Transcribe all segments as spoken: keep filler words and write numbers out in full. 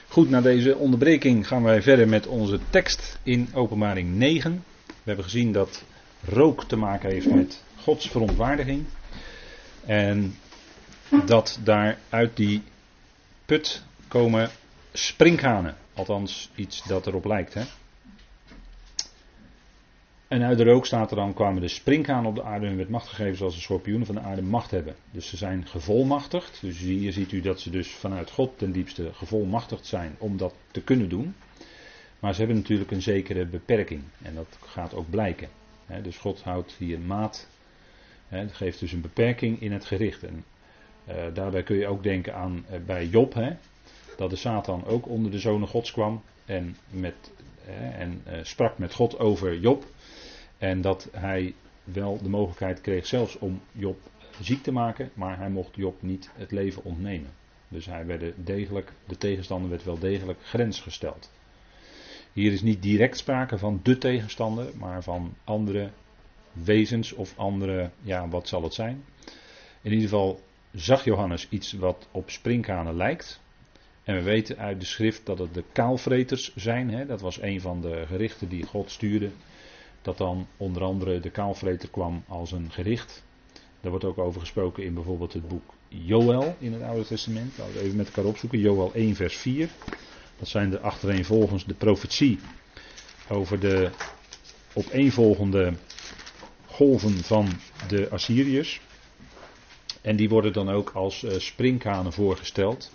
Goed, na deze onderbreking gaan wij verder met onze tekst in Openbaring negen. We hebben gezien dat rook te maken heeft met Gods verontwaardiging. En dat daar uit die put komen sprinkhanen. Althans, iets dat erop lijkt. Hè? En uit de rook staat er dan, kwamen de sprinkhanen op de aarde en werd macht gegeven zoals de schorpioenen van de aarde macht hebben. Dus ze zijn gevolmachtigd. Dus hier ziet u dat ze dus vanuit God ten diepste gevolmachtigd zijn om dat te kunnen doen. Maar ze hebben natuurlijk een zekere beperking. En dat gaat ook blijken. Dus God houdt hier maat. Het geeft dus een beperking in het gericht. En uh, daarbij kun je ook denken aan uh, bij Job. Hè, dat de Satan ook onder de zonen Gods kwam. En, met, uh, en uh, sprak met God over Job. En dat hij wel de mogelijkheid kreeg zelfs om Job ziek te maken. Maar hij mocht Job niet het leven ontnemen. Dus hij werd degelijk, de tegenstander werd wel degelijk grens gesteld. Hier is niet direct sprake van de tegenstander. Maar van andere wezens of andere, ja wat zal het zijn. In ieder geval zag Johannes iets wat op sprinkhanen lijkt. En we weten uit de schrift dat het de kaalvreters zijn. Hè? Dat was een van de gerichten die God stuurde. Dat dan onder andere de kaalvreter kwam als een gericht. Daar wordt ook over gesproken in bijvoorbeeld het boek Joël in het Oude Testament. Laten we even met elkaar opzoeken. Joël één vers vier. Dat zijn de achtereenvolgens de profetie over de opeenvolgende golven van de Assyriërs. En die worden dan ook als uh, sprinkhanen voorgesteld.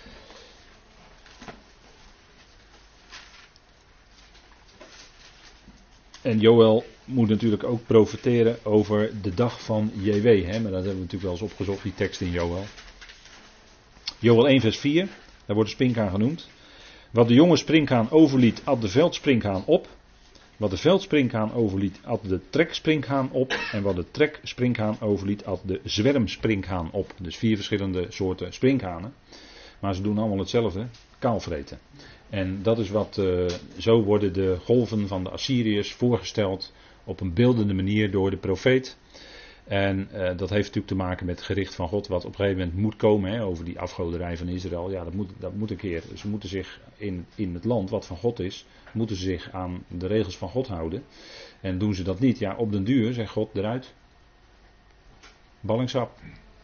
En Joël moet natuurlijk ook profeteren over de dag van J W. Hè? Maar dat hebben we natuurlijk wel eens opgezocht, die tekst in Joël. Joël één vers vier, daar wordt de sprinkhaan genoemd. Wat de jonge sprinkhaan overliet, at de veldsprinkhaan op. Wat de veldsprinkhaan overliet, at de treksprinkhaan op. En wat de treksprinkhaan overliet, at de zwermsprinkhaan op. Dus vier verschillende soorten sprinkhanen. Maar ze doen allemaal hetzelfde, kaalvreten. En dat is wat, uh, zo worden de golven van de Assyriërs voorgesteld op een beeldende manier door de profeet. En uh, dat heeft natuurlijk te maken met het gericht van God wat op een gegeven moment moet komen, hè, over die afgoderij van Israël. Ja, dat moet, dat moet een keer. Ze moeten zich in, in het land wat van God is, moeten ze zich aan de regels van God houden. En doen ze dat niet, ja, op den duur zegt God eruit. Ballingschap.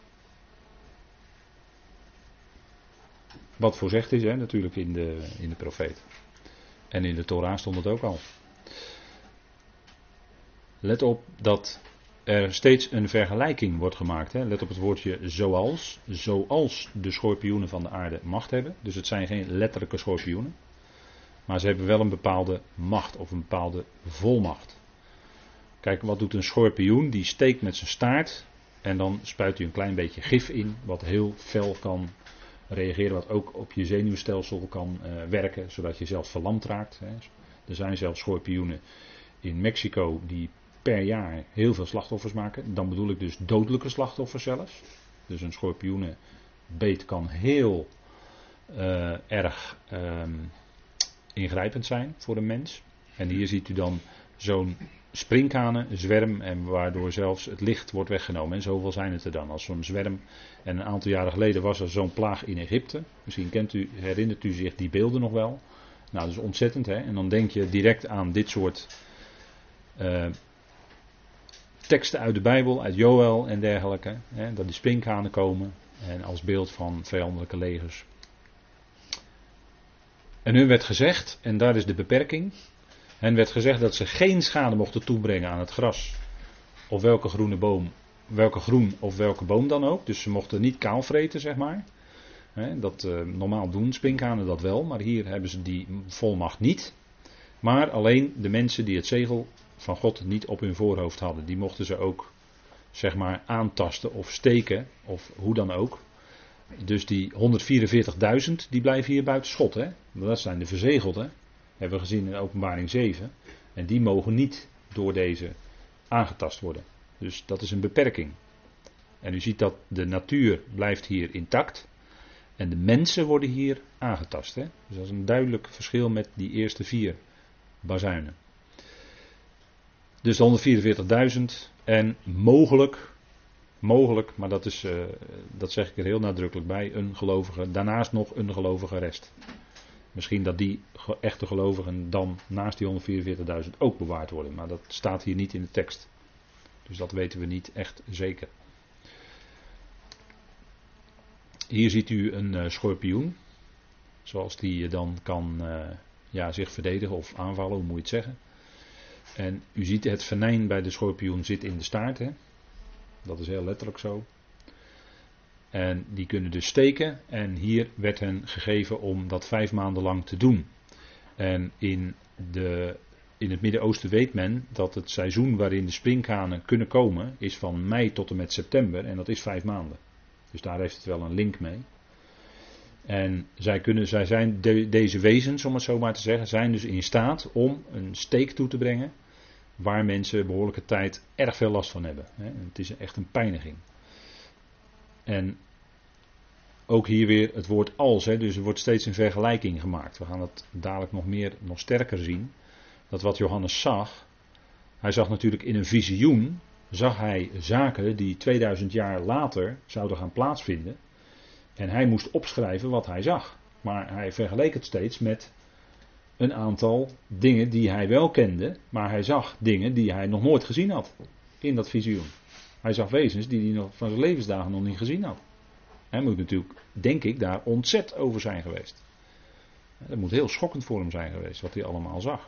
Wat voorzegd is, hè, natuurlijk in de, in de profeet. En in de Torah stond het ook al. Let op dat er steeds een vergelijking wordt gemaakt. Hè. Let op het woordje zoals. Zoals de schorpioenen van de aarde macht hebben. Dus het zijn geen letterlijke schorpioenen. Maar ze hebben wel een bepaalde macht of een bepaalde volmacht. Kijk, wat doet een schorpioen? Die steekt met zijn staart. En dan spuit hij een klein beetje gif in. Wat heel fel kan reageren. Wat ook op je zenuwstelsel kan uh, werken. Zodat je zelf verlamd raakt. Hè. Er zijn zelfs schorpioenen in Mexico die per jaar heel veel slachtoffers maken. Dan bedoel ik dus dodelijke slachtoffers zelfs. Dus een schorpioenenbeet kan heel uh, erg uh, ingrijpend zijn voor een mens. En hier ziet u dan zo'n sprinkhanen, een zwerm, en waardoor zelfs het licht wordt weggenomen. En zoveel zijn het er dan als zo'n zwerm. En een aantal jaren geleden was er zo'n plaag in Egypte. Misschien kent u, herinnert u zich die beelden nog wel. Nou, dat is ontzettend, hè. En dan denk je direct aan dit soort uh, teksten uit de Bijbel, uit Joël en dergelijke. Hè, dat die sprinkhanen komen. En als beeld van vijandelijke legers. En hun werd gezegd, en daar is de beperking. Hen werd gezegd dat ze geen schade mochten toebrengen aan het gras. Of welke groene boom, welke groen of welke boom dan ook. Dus ze mochten niet kaal vreten, zeg maar. He, dat, uh, normaal doen sprinkhanen dat wel, maar hier hebben ze die volmacht niet. Maar alleen de mensen die het zegel van God niet op hun voorhoofd hadden. Die mochten ze ook, zeg maar, aantasten of steken, of hoe dan ook. Dus die honderdvierenveertigduizend, die blijven hier buiten schot. Hè? Dat zijn de verzegelden. Hebben we gezien in Openbaring zeven. En die mogen niet door deze aangetast worden. Dus dat is een beperking. En u ziet dat de natuur blijft hier intact. En de mensen worden hier aangetast. Hè? Dus dat is een duidelijk verschil met die eerste vier bazuinen. Dus de honderdvierenveertigduizend. En mogelijk, mogelijk, maar dat, is, uh, dat zeg ik er heel nadrukkelijk bij, een gelovige, daarnaast nog een gelovige rest. Misschien dat die echte gelovigen dan naast die honderdvierenveertigduizend ook bewaard worden. Maar dat staat hier niet in de tekst. Dus dat weten we niet echt zeker. Hier ziet u een uh, schorpioen. Zoals die dan kan uh, ja, zich verdedigen of aanvallen, hoe moet je het zeggen. En u ziet het venijn bij de schorpioen zit in de staart. Hè? Dat is heel letterlijk zo. En die kunnen dus steken. En hier werd hen gegeven om dat vijf maanden lang te doen. En in, de, in het Midden-Oosten weet men dat het seizoen waarin de sprinkhanen kunnen komen is van mei tot en met september. En dat is vijf maanden. Dus daar heeft het wel een link mee. En zij, kunnen, zij zijn, de, deze wezens, om het zo maar te zeggen, zijn dus in staat om een steek toe te brengen. Waar mensen behoorlijke tijd erg veel last van hebben. Het is echt een pijniging. En ook hier weer het woord als, hè, dus er wordt steeds een vergelijking gemaakt. We gaan het dadelijk nog meer, nog sterker zien. Dat wat Johannes zag, hij zag natuurlijk in een visioen, zag hij zaken die tweeduizend jaar later zouden gaan plaatsvinden. En hij moest opschrijven wat hij zag. Maar hij vergeleek het steeds met een aantal dingen die hij wel kende, maar hij zag dingen die hij nog nooit gezien had in dat visioen. Hij zag wezens die hij nog van zijn levensdagen nog niet gezien had. Hij moet natuurlijk, denk ik, daar ontzet over zijn geweest. Dat moet heel schokkend voor hem zijn geweest, wat hij allemaal zag.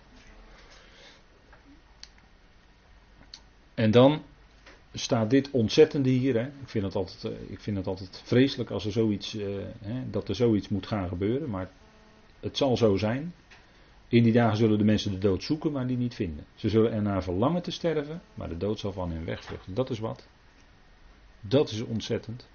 En dan staat dit ontzettende hier. Hè. Ik, vind het altijd, ik vind het altijd vreselijk als er zoiets, uh, hè, dat er zoiets moet gaan gebeuren. Maar het zal zo zijn. In die dagen zullen de mensen de dood zoeken, maar die niet vinden. Ze zullen ernaar verlangen te sterven, maar de dood zal van hen wegvluchten. Dat is wat. Dat is ontzettend.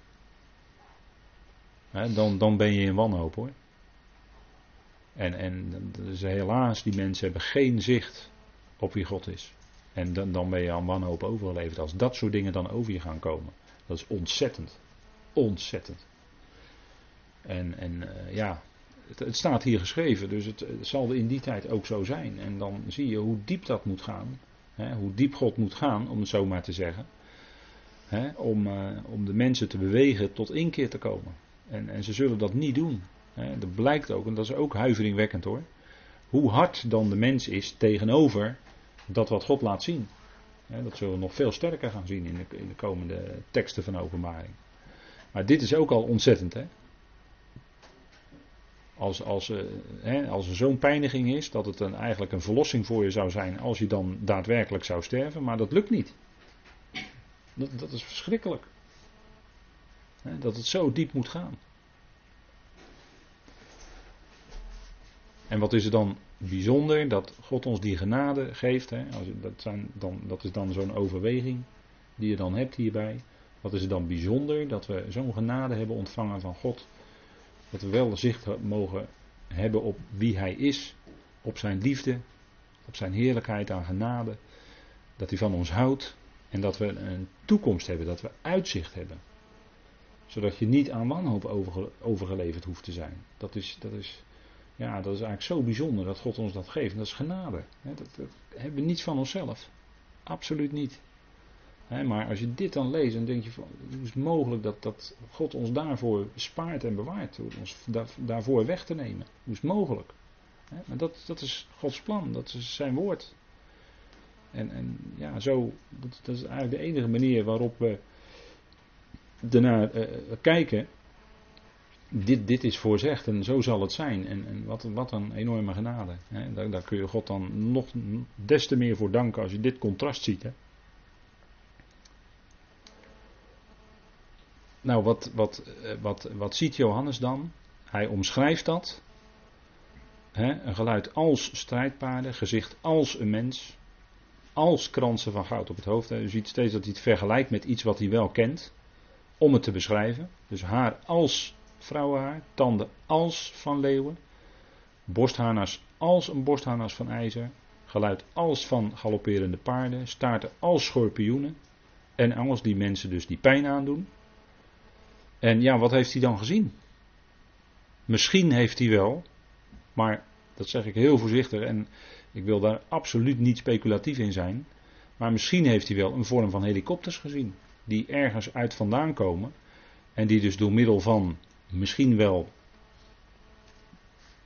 He, dan, dan ben je in wanhoop hoor. En, en dus helaas, die mensen hebben geen zicht op wie God is. En dan, dan ben je aan wanhoop overgeleverd als dat soort dingen dan over je gaan komen. Dat is ontzettend. Ontzettend. En, en uh, ja, het, het staat hier geschreven, dus het, het zal in die tijd ook zo zijn. En dan zie je hoe diep dat moet gaan. Hè, hoe diep God moet gaan, om het zo maar te zeggen. Hè, om, uh, om de mensen te bewegen tot inkeer te komen. En, en ze zullen dat niet doen. Hè, dat blijkt ook, en dat is ook huiveringwekkend hoor. Hoe hard dan de mens is tegenover dat wat God laat zien. Hè, dat zullen we nog veel sterker gaan zien in de, in de komende teksten van Openbaring. Maar dit is ook al ontzettend hè. Als, als, uh, hè, als er zo'n pijniging is, dat het dan eigenlijk een verlossing voor je zou zijn als je dan daadwerkelijk zou sterven, maar dat lukt niet. Dat, dat is verschrikkelijk. Hè, dat het zo diep moet gaan. En wat is er dan bijzonder dat God ons die genade geeft. Hè? Als, dat, zijn dan, dat is dan zo'n overweging die je dan hebt hierbij. Wat is er dan bijzonder dat we zo'n genade hebben ontvangen van God. Dat we wel zicht mogen hebben op wie Hij is. Op zijn liefde. Op zijn heerlijkheid aan genade. Dat Hij van ons houdt. En dat we een toekomst hebben. Dat we uitzicht hebben. Zodat je niet aan wanhoop overge, overgeleverd hoeft te zijn. Dat is... Dat is Ja, dat is eigenlijk zo bijzonder dat God ons dat geeft. En dat is genade. Dat, dat hebben we niet van onszelf. Absoluut niet. Maar als je dit dan leest, dan denk je van, hoe is het mogelijk dat, dat God ons daarvoor spaart en bewaart? Door ons daar, daarvoor weg te nemen. Hoe is het mogelijk? Maar dat, dat is Gods plan. Dat is zijn woord. En, en ja, zo, dat, dat is eigenlijk de enige manier waarop we ernaar uh, kijken. Dit, dit is voorzegd en zo zal het zijn. En, en wat, wat een enorme genade. Hè. Daar, daar kun je God dan nog des te meer voor danken als je dit contrast ziet. Hè. Nou, wat, wat, wat, wat ziet Johannes dan? Hij omschrijft dat. Hè, een geluid als strijdpaarden, gezicht als een mens, als kransen van goud op het hoofd. Hè. U ziet steeds dat hij het vergelijkt met iets wat hij wel kent, om het te beschrijven. Dus haar als vrouwenhaar, tanden als van leeuwen, borstharnas als een borstharnas van ijzer, geluid als van galopperende paarden, staarten als schorpioenen en als die mensen dus die pijn aandoen. En ja, wat heeft hij dan gezien? Misschien heeft hij wel, maar dat zeg ik heel voorzichtig en ik wil daar absoluut niet speculatief in zijn, maar misschien heeft hij wel een vorm van helikopters gezien, die ergens uit vandaan komen en die dus door middel van misschien wel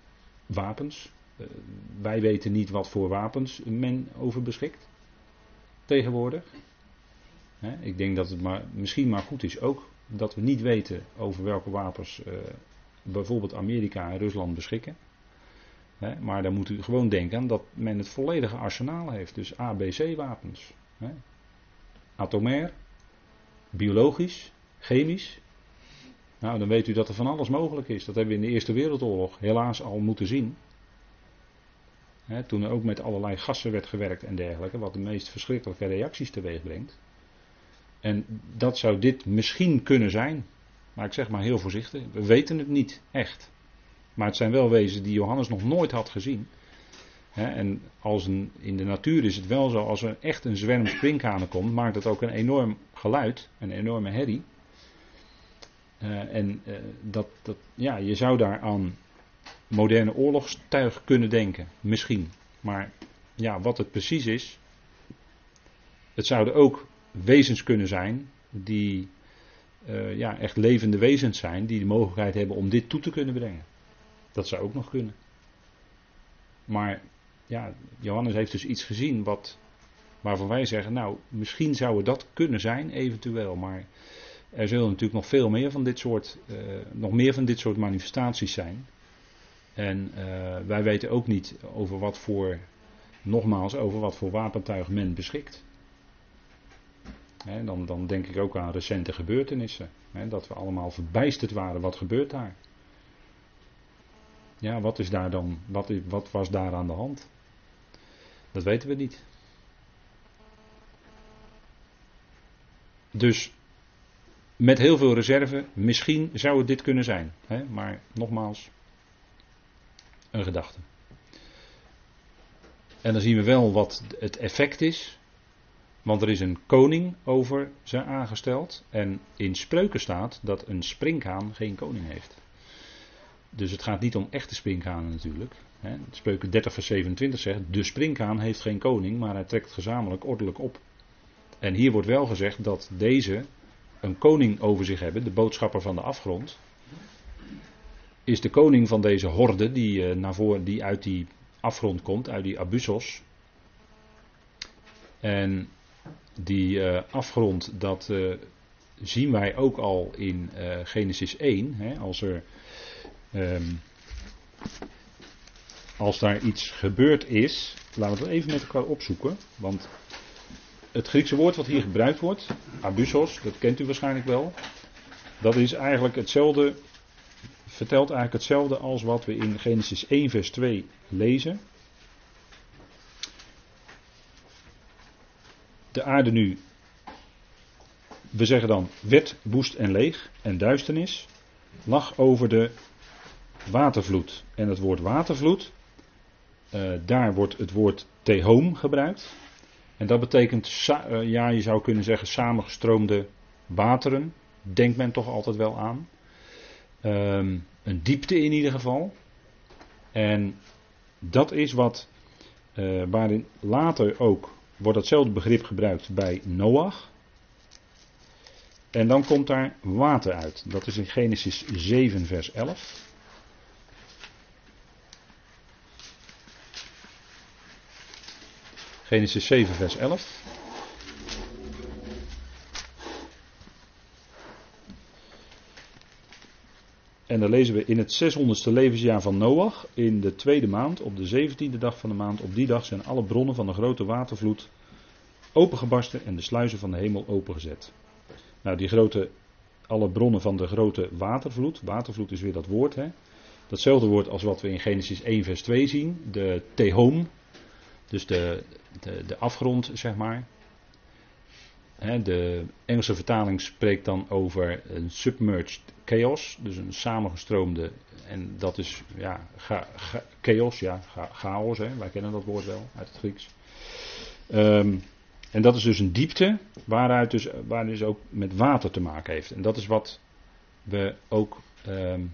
wapens. Uh, wij weten niet wat voor wapens men over beschikt. Tegenwoordig. Hè, ik denk dat het maar, misschien maar goed is ook dat we niet weten over welke wapens uh, bijvoorbeeld Amerika en Rusland beschikken. Hè, maar dan moet u gewoon denken aan dat men het volledige arsenaal heeft. Dus A B C wapens. Hè. Atomair, biologisch, chemisch. Nou, dan weet u dat er van alles mogelijk is. Dat hebben we in de Eerste Wereldoorlog helaas al moeten zien. He, toen er ook met allerlei gassen werd gewerkt en dergelijke, wat de meest verschrikkelijke reacties teweeg brengt. En dat zou dit misschien kunnen zijn. Maar ik zeg maar heel voorzichtig, we weten het niet echt. Maar het zijn wel wezens die Johannes nog nooit had gezien. He, en als een, in de natuur is het wel zo, als er echt een zwerm sprinkhanen komt, maakt dat ook een enorm geluid, een enorme herrie. Uh, en uh, dat, dat, ja, je zou daar aan moderne oorlogstuig kunnen denken, misschien. Maar ja, wat het precies is, het zouden ook wezens kunnen zijn die uh, ja, echt levende wezens zijn, die de mogelijkheid hebben om dit toe te kunnen brengen. Dat zou ook nog kunnen. Maar ja, Johannes heeft dus iets gezien wat, waarvan wij zeggen, nou, misschien zou het dat kunnen zijn, eventueel, maar er zullen natuurlijk nog veel meer van dit soort, uh, nog meer van dit soort manifestaties zijn. En uh, wij weten ook niet over wat voor, nogmaals, over wat voor wapentuig men beschikt. He, dan, dan denk ik ook aan recente gebeurtenissen. He, dat we allemaal verbijsterd waren, wat gebeurt daar? Ja, wat is daar dan, wat, wat was daar aan de hand? Dat weten we niet. Dus met heel veel reserve, misschien zou het dit kunnen zijn. Hè? Maar nogmaals, een gedachte. En dan zien we wel wat het effect is. Want er is een koning over ze aangesteld. En in Spreuken staat dat een sprinkhaan geen koning heeft. Dus het gaat niet om echte sprinkhanen natuurlijk. Hè? Spreuken dertig vers zevenentwintig zegt, de sprinkhaan heeft geen koning, maar hij trekt gezamenlijk ordelijk op. En hier wordt wel gezegd dat deze een koning over zich hebben, de boodschapper van de afgrond, is de koning van deze horde die, uh, naar voren, die uit die afgrond komt, uit die Abyssos. En die uh, afgrond, dat uh, zien wij ook al in uh, Genesis één, hè, als er um, als daar iets gebeurd is, laten we het even met elkaar opzoeken, want het Griekse woord wat hier gebruikt wordt, Abyssos, dat kent u waarschijnlijk wel. Dat is eigenlijk hetzelfde, vertelt eigenlijk hetzelfde als wat we in Genesis één vers twee lezen. De aarde nu, we zeggen dan, werd woest en leeg en duisternis, lag over de watervloed. En het woord watervloed, uh, daar wordt het woord tehoom gebruikt. En dat betekent, ja, je zou kunnen zeggen samengestroomde wateren. Denkt men toch altijd wel aan. Um, een diepte in ieder geval. En dat is wat, uh, waarin later ook, wordt datzelfde begrip gebruikt bij Noach. En dan komt daar water uit. Dat is in Genesis zeven vers elf. Genesis zeven vers elf. En dan lezen we in het zeshonderdste levensjaar van Noach, in de tweede maand, op de zeventiende dag van de maand, op die dag zijn alle bronnen van de grote watervloed opengebarsten en de sluizen van de hemel opengezet. Nou, die grote, alle bronnen van de grote watervloed, watervloed is weer dat woord, hè. Datzelfde woord als wat we in Genesis één vers twee zien, de tehoom, dus de, de, de afgrond, zeg maar. Hè, de Engelse vertaling spreekt dan over een submerged chaos, dus een samengestroomde, en dat is, ja, ga, ga, chaos, ja, ga, chaos, hè, wij kennen dat woord wel uit het Grieks. Um, en dat is dus een diepte, waaruit dus, waar dus ook met water te maken heeft. En dat is wat we ook, um,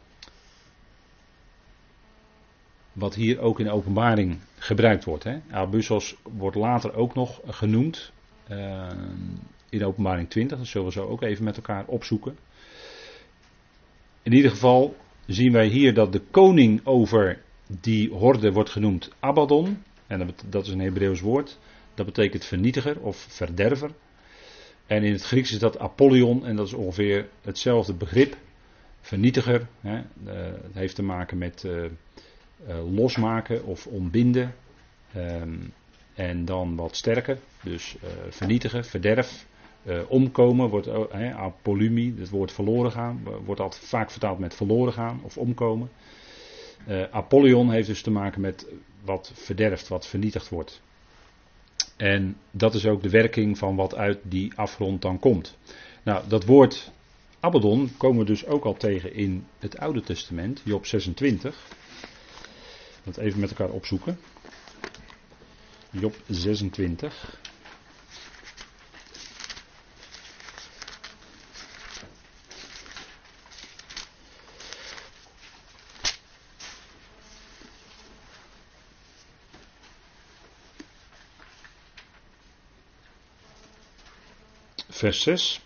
wat hier ook in de openbaring gebruikt wordt. Hè. Abyssos wordt later ook nog genoemd, uh, in de openbaring twintig, dat zullen we zo ook even met elkaar opzoeken. In ieder geval zien wij hier dat de koning over die horde wordt genoemd Abaddon. En dat, dat is een Hebreeuws woord. Dat betekent vernietiger of verderver. En in het Grieks is dat Apollyon. En dat is ongeveer hetzelfde begrip. Vernietiger. Hè. Uh, het heeft te maken met uh, uh, losmaken of ontbinden. Um, en dan wat sterker. Dus uh, vernietigen, verderf. Uh, omkomen wordt uh, apolumie, het woord verloren gaan, wordt altijd vaak vertaald met verloren gaan of omkomen. Uh, Apollyon heeft dus te maken met wat verderft, wat vernietigd wordt. En dat is ook de werking van wat uit die afgrond dan komt. Nou, dat woord Abaddon komen we dus ook al tegen in het Oude Testament, Job zesentwintig. Dat even met elkaar opzoeken. Job zesentwintig. Vers zes.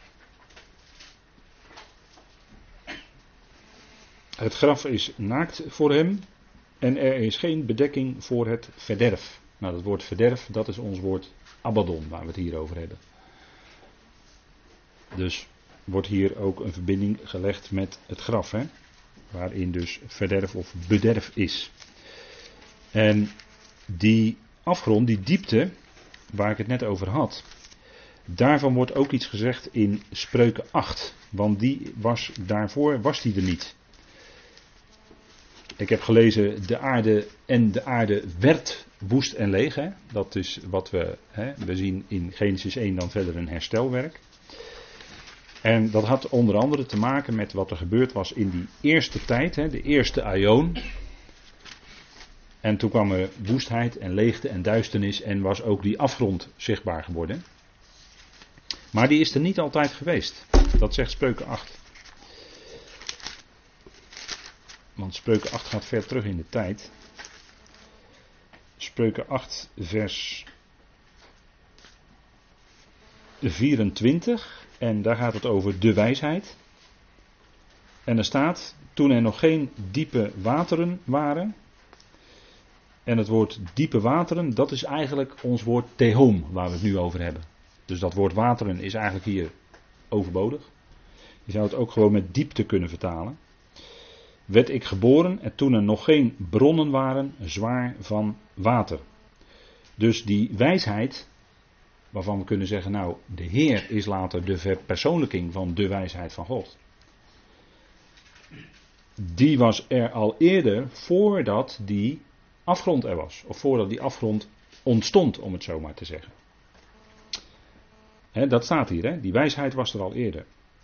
Het graf is naakt voor hem en er is geen bedekking voor het verderf. Nou, dat woord verderf, dat is ons woord Abaddon, waar we het hier over hebben. Dus wordt hier ook een verbinding gelegd met het graf, hè? Waarin dus verderf of bederf is. En die afgrond, die diepte, waar ik het net over had, daarvan wordt ook iets gezegd in Spreuken acht. Want die was, daarvoor was die er niet. Ik heb gelezen, de aarde en de aarde werd woest en leeg. Hè? Dat is wat we, hè, we zien in Genesis één dan verder een herstelwerk. En dat had onder andere te maken met wat er gebeurd was in die eerste tijd, hè, de eerste aion. En toen kwam er woestheid en leegte en duisternis en was ook die afgrond zichtbaar geworden. Maar die is er niet altijd geweest. Dat zegt Spreuken acht. Want Spreuken acht gaat ver terug in de tijd. Spreuken acht vers vierentwintig. En daar gaat het over de wijsheid. En er staat, toen er nog geen diepe wateren waren. En het woord diepe wateren, dat is eigenlijk ons woord tehom, waar we het nu over hebben. Dus dat woord wateren is eigenlijk hier overbodig. Je zou het ook gewoon met diepte kunnen vertalen. Werd ik geboren en toen er nog geen bronnen waren, zwaar van water. Dus die wijsheid, waarvan we kunnen zeggen, nou, de Heer is later de verpersoonlijking van de wijsheid van God. Die was er al eerder voordat die afgrond er was. Of voordat die afgrond ontstond, om het zo maar te zeggen. He, dat staat hier, hè? Die wijsheid was er al eerder.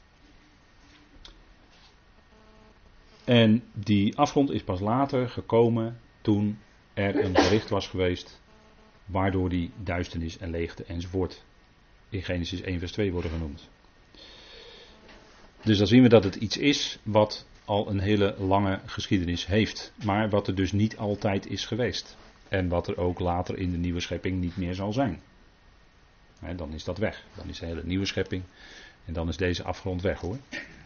En die afgrond is pas later gekomen toen er een gericht was geweest, waardoor die duisternis en leegte enzovoort in Genesis één vers twee worden genoemd. Dus dan zien we dat het iets is wat al een hele lange geschiedenis heeft, maar wat er dus niet altijd is geweest. En wat er ook later in de nieuwe schepping niet meer zal zijn. He, dan is dat weg. Dan is de hele nieuwe schepping en dan is deze afgrond weg, hoor.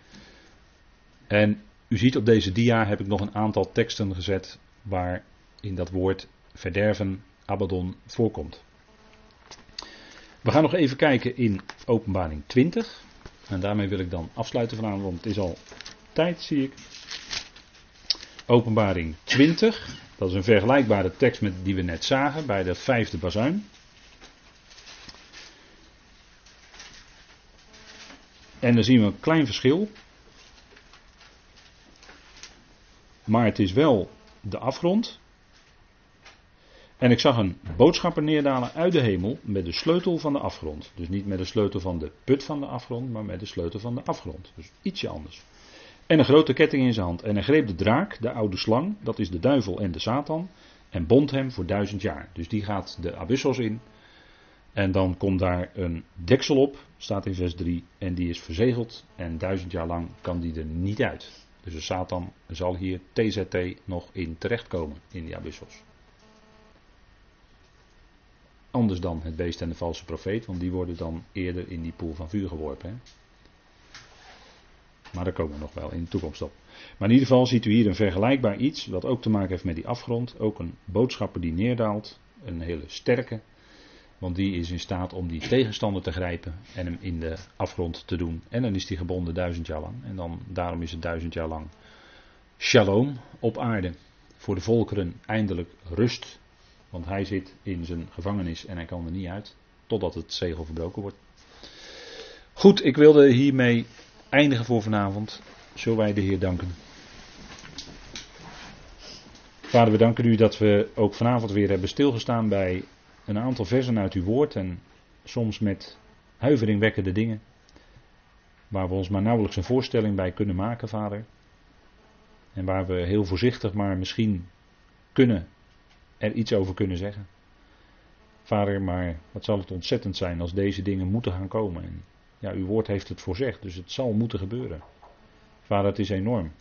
En u ziet op deze dia heb ik nog een aantal teksten gezet waar in dat woord verderven, Abaddon, voorkomt. We gaan nog even kijken in Openbaring twintig. En daarmee wil ik dan afsluiten vanavond, want het is al tijd, zie ik. Openbaring twintig, dat is een vergelijkbare tekst met die we net zagen bij de vijfde bazuin. En dan zien we een klein verschil. Maar het is wel de afgrond. En ik zag een boodschapper neerdalen uit de hemel met de sleutel van de afgrond. Dus niet met de sleutel van de put van de afgrond, maar met de sleutel van de afgrond. Dus ietsje anders. En een grote ketting in zijn hand. En hij greep de draak, de oude slang, dat is de duivel en de Satan. En bond hem voor duizend jaar. Dus die gaat de abyssos in. En dan komt daar een deksel op, staat in vers drie. En die is verzegeld. En duizend jaar lang kan die er niet uit. Dus de Satan zal hier T Z T nog in terechtkomen in die abyssos. Anders dan het beest en de valse profeet, want die worden dan eerder in die poel van vuur geworpen. Hè? Maar daar komen we nog wel in de toekomst op. Maar in ieder geval ziet u hier een vergelijkbaar iets, wat ook te maken heeft met die afgrond. Ook een boodschapper die neerdaalt, een hele sterke. Want die is in staat om die tegenstander te grijpen en hem in de afgrond te doen. En dan is die gebonden duizend jaar lang. En dan, daarom is het duizend jaar lang shalom op aarde. Voor de volkeren eindelijk rust. Want hij zit in zijn gevangenis en hij kan er niet uit. Totdat het zegel verbroken wordt. Goed, ik wilde hiermee eindigen voor vanavond. Zullen wij de Heer danken. Vader, we danken u dat we ook vanavond weer hebben stilgestaan bij een aantal versen uit uw woord. En soms met huiveringwekkende dingen. Waar we ons maar nauwelijks een voorstelling bij kunnen maken, Vader. En waar we heel voorzichtig maar misschien kunnen er iets over kunnen zeggen. Vader, maar wat zal het ontzettend zijn als deze dingen moeten gaan komen. En ja, uw woord heeft het voorzegd, dus het zal moeten gebeuren. Vader, het is enorm.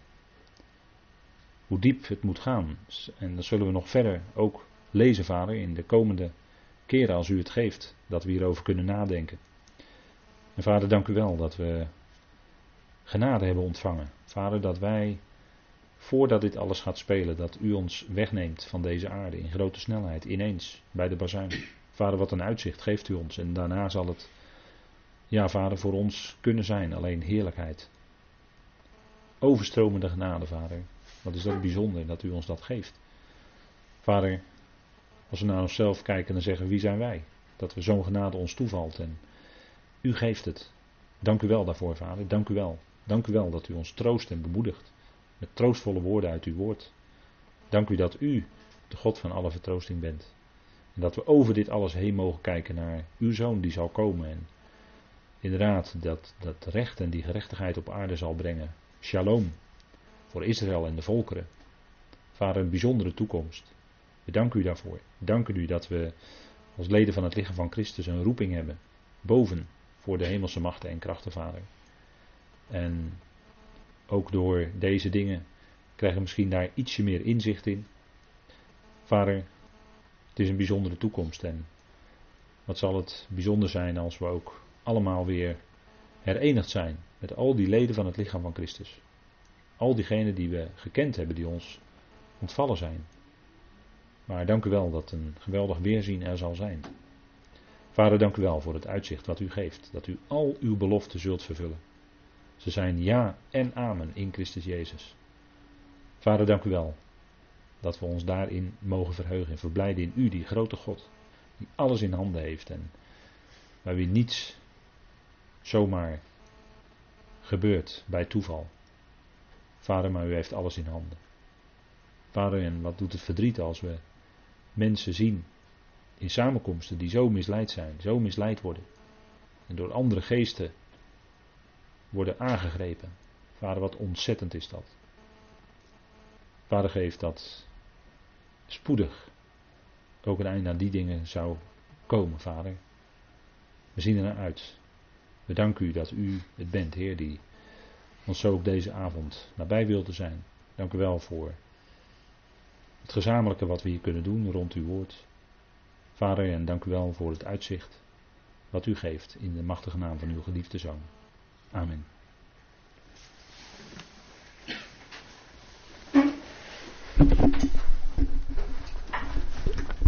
Hoe diep het moet gaan. En dat zullen we nog verder ook lezen, Vader, in de komende keren als u het geeft. Dat we hierover kunnen nadenken. En Vader, dank u wel dat we genade hebben ontvangen. Vader, dat wij, voordat dit alles gaat spelen, dat u ons wegneemt van deze aarde in grote snelheid, ineens, bij de bazuin. Vader, wat een uitzicht geeft u ons. En daarna zal het, ja Vader, voor ons kunnen zijn, alleen heerlijkheid. Overstromende genade, Vader. Wat is dat bijzonder dat u ons dat geeft. Vader, als we naar onszelf kijken en zeggen, wie zijn wij? Dat we zo'n genade ons toevalt en u geeft het. Dank u wel daarvoor, Vader. Dank u wel. Dank u wel dat u ons troost en bemoedigt. Met troostvolle woorden uit uw woord. Dank u dat u de God van alle vertroosting bent. En dat we over dit alles heen mogen kijken naar uw Zoon die zal komen. En inderdaad dat, dat recht en die gerechtigheid op aarde zal brengen. Shalom. Voor Israël en de volkeren. Vader, een bijzondere toekomst. We danken u daarvoor. We danken u dat we als leden van het lichaam van Christus een roeping hebben. Boven voor de hemelse machten en krachten, Vader. En ook door deze dingen krijgen we misschien daar ietsje meer inzicht in. Vader, het is een bijzondere toekomst. En wat zal het bijzonder zijn als we ook allemaal weer herenigd zijn met al die leden van het lichaam van Christus. Al diegenen die we gekend hebben, die ons ontvallen zijn. Maar dank u wel dat een geweldig weerzien er zal zijn. Vader, dank u wel voor het uitzicht wat u geeft. Dat u al uw beloften zult vervullen. Ze zijn ja en amen in Christus Jezus. Vader, dank u wel dat we ons daarin mogen verheugen en verblijden in u, die grote God. Die alles in handen heeft en waar wie niets zomaar gebeurt bij toeval. Vader, maar u heeft alles in handen. Vader, en wat doet het verdriet als we mensen zien in samenkomsten die zo misleid zijn, zo misleid worden. En door andere geesten worden aangegrepen. Vader, wat ontzettend is dat. Vader, geef dat spoedig ook een einde aan die dingen zou komen, Vader. We zien er naar uit. We danken u dat u het bent, Heer, die ons zo ook deze avond nabij wilde zijn. Dank u wel voor het gezamenlijke wat we hier kunnen doen rond uw woord. Vader, en dank u wel voor het uitzicht wat u geeft in de machtige naam van uw geliefde Zoon. Amen.